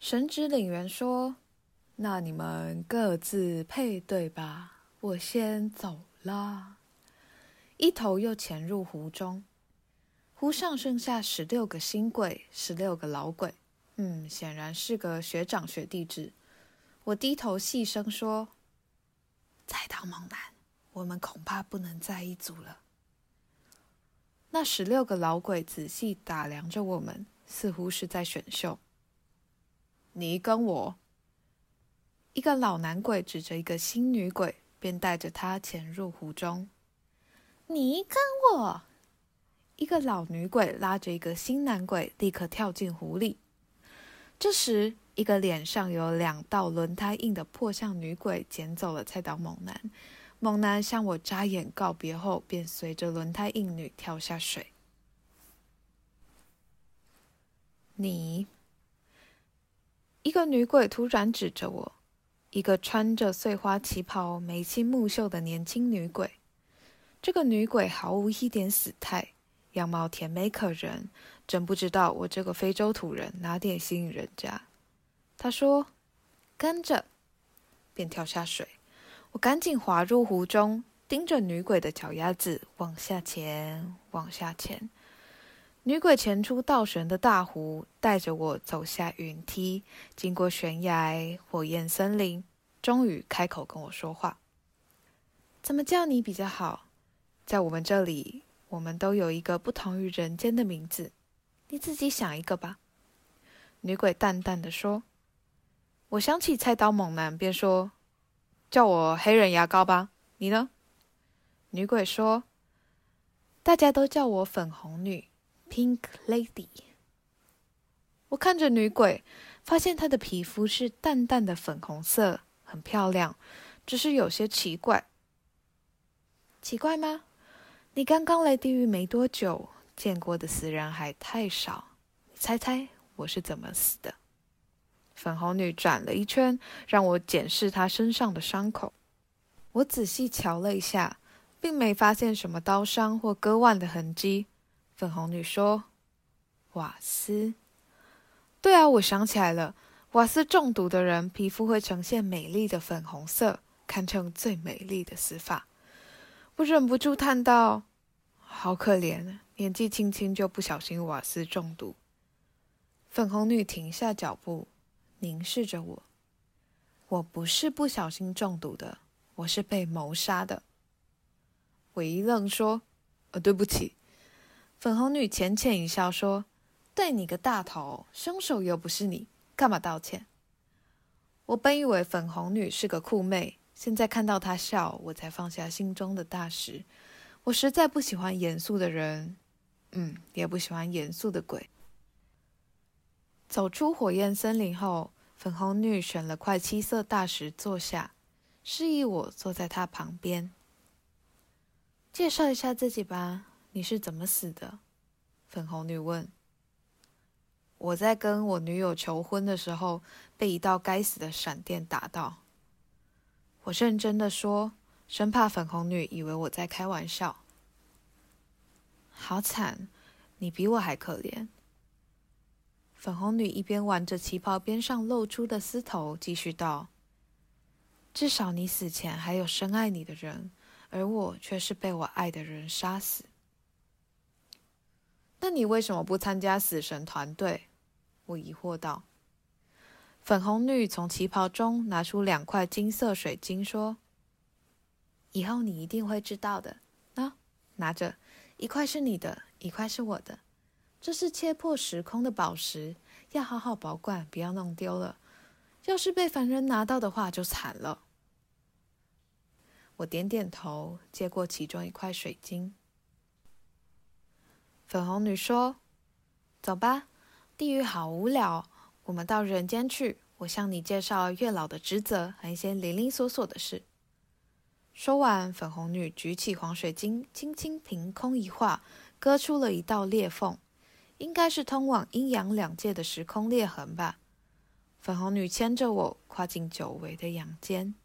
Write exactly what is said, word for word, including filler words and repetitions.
神职领员说：那你们各自配对吧，我先走啦。一头又潜入湖中，湖上剩下十六个新鬼，十六个老鬼。嗯，显然是个学长学弟制。我低头细声说：菜刀猛男，我们恐怕不能在一组了。那十六个老鬼仔细打量着我们，似乎是在选秀。你跟我。一个老男鬼指着一个新女鬼，便带着她潜入湖中。你跟我。一个老女鬼拉着一个新男鬼，立刻跳进湖里。这时，一个脸上有两道轮胎印的破相女鬼捡走了菜刀猛男。猛男向我眨眼告别后，便随着轮胎印女跳下水。你。一个女鬼突然指着我，一个穿着碎花旗袍、眉清目秀的年轻女鬼。这个女鬼毫无一点死态，样貌甜美可人，真不知道我这个非洲土人哪点吸引人家。她说：跟着，便跳下水。我赶紧滑入湖中，盯着女鬼的脚丫子往下潜，往下潜。女鬼潜出倒悬的大湖，带着我走下云梯，经过悬崖、火焰森林，终于开口跟我说话。怎么叫你比较好？在我们这里，我们都有一个不同于人间的名字，你自己想一个吧。女鬼淡淡的说。我想起菜刀猛男，便说：叫我黑人牙膏吧，你呢？女鬼说：大家都叫我粉红女 Pink Lady。 我看着女鬼，发现她的皮肤是淡淡的粉红色，很漂亮，只是有些奇怪。奇怪吗？你刚刚来地狱没多久，见过的死人还太少，你猜猜我是怎么死的？粉红女转了一圈，让我检视她身上的伤口。我仔细瞧了一下，并没发现什么刀伤或割腕的痕迹。粉红女说：瓦斯。对啊，我想起来了，瓦斯中毒的人皮肤会呈现美丽的粉红色，堪称最美丽的死法。我忍不住叹道：好可怜，年纪轻轻就不小心瓦斯中毒。粉红女停下脚步，凝视着我。我不是不小心中毒的，我是被谋杀的。我一愣说：呃，对不起。粉红女浅浅一笑说：对你个大头，凶手又不是你，干嘛道歉？我本以为粉红女是个酷妹，现在看到她笑，我才放下心中的大石。我实在不喜欢严肃的人，嗯，也不喜欢严肃的鬼。走出火焰森林后，粉红女选了块七色大石坐下，示意我坐在她旁边。介绍一下自己吧，你是怎么死的？粉红女问。我在跟我女友求婚的时候，被一道该死的闪电打到。我认真的说，生怕粉红女以为我在开玩笑。好惨，你比我还可怜。粉红女一边玩着旗袍边上露出的丝头，继续道：至少你死前还有深爱你的人，而我却是被我爱的人杀死。那你为什么不参加死神团队？我疑惑道。粉红女从旗袍中拿出两块金色水晶，说：以后你一定会知道的。啊，拿着，一块是你的，一块是我的。这是切破时空的宝石，要好好保管，不要弄丢了。要是被凡人拿到的话，就惨了。我点点头，接过其中一块水晶。粉红女说：走吧，地狱好无聊，我们到人间去，我向你介绍月老的职责和一些零零琐琐的事。说完，粉红女举起黄水晶，轻轻凭空一画，割出了一道裂缝，应该是通往阴阳两界的时空裂痕吧。粉红女牵着我跨进久违的阳间。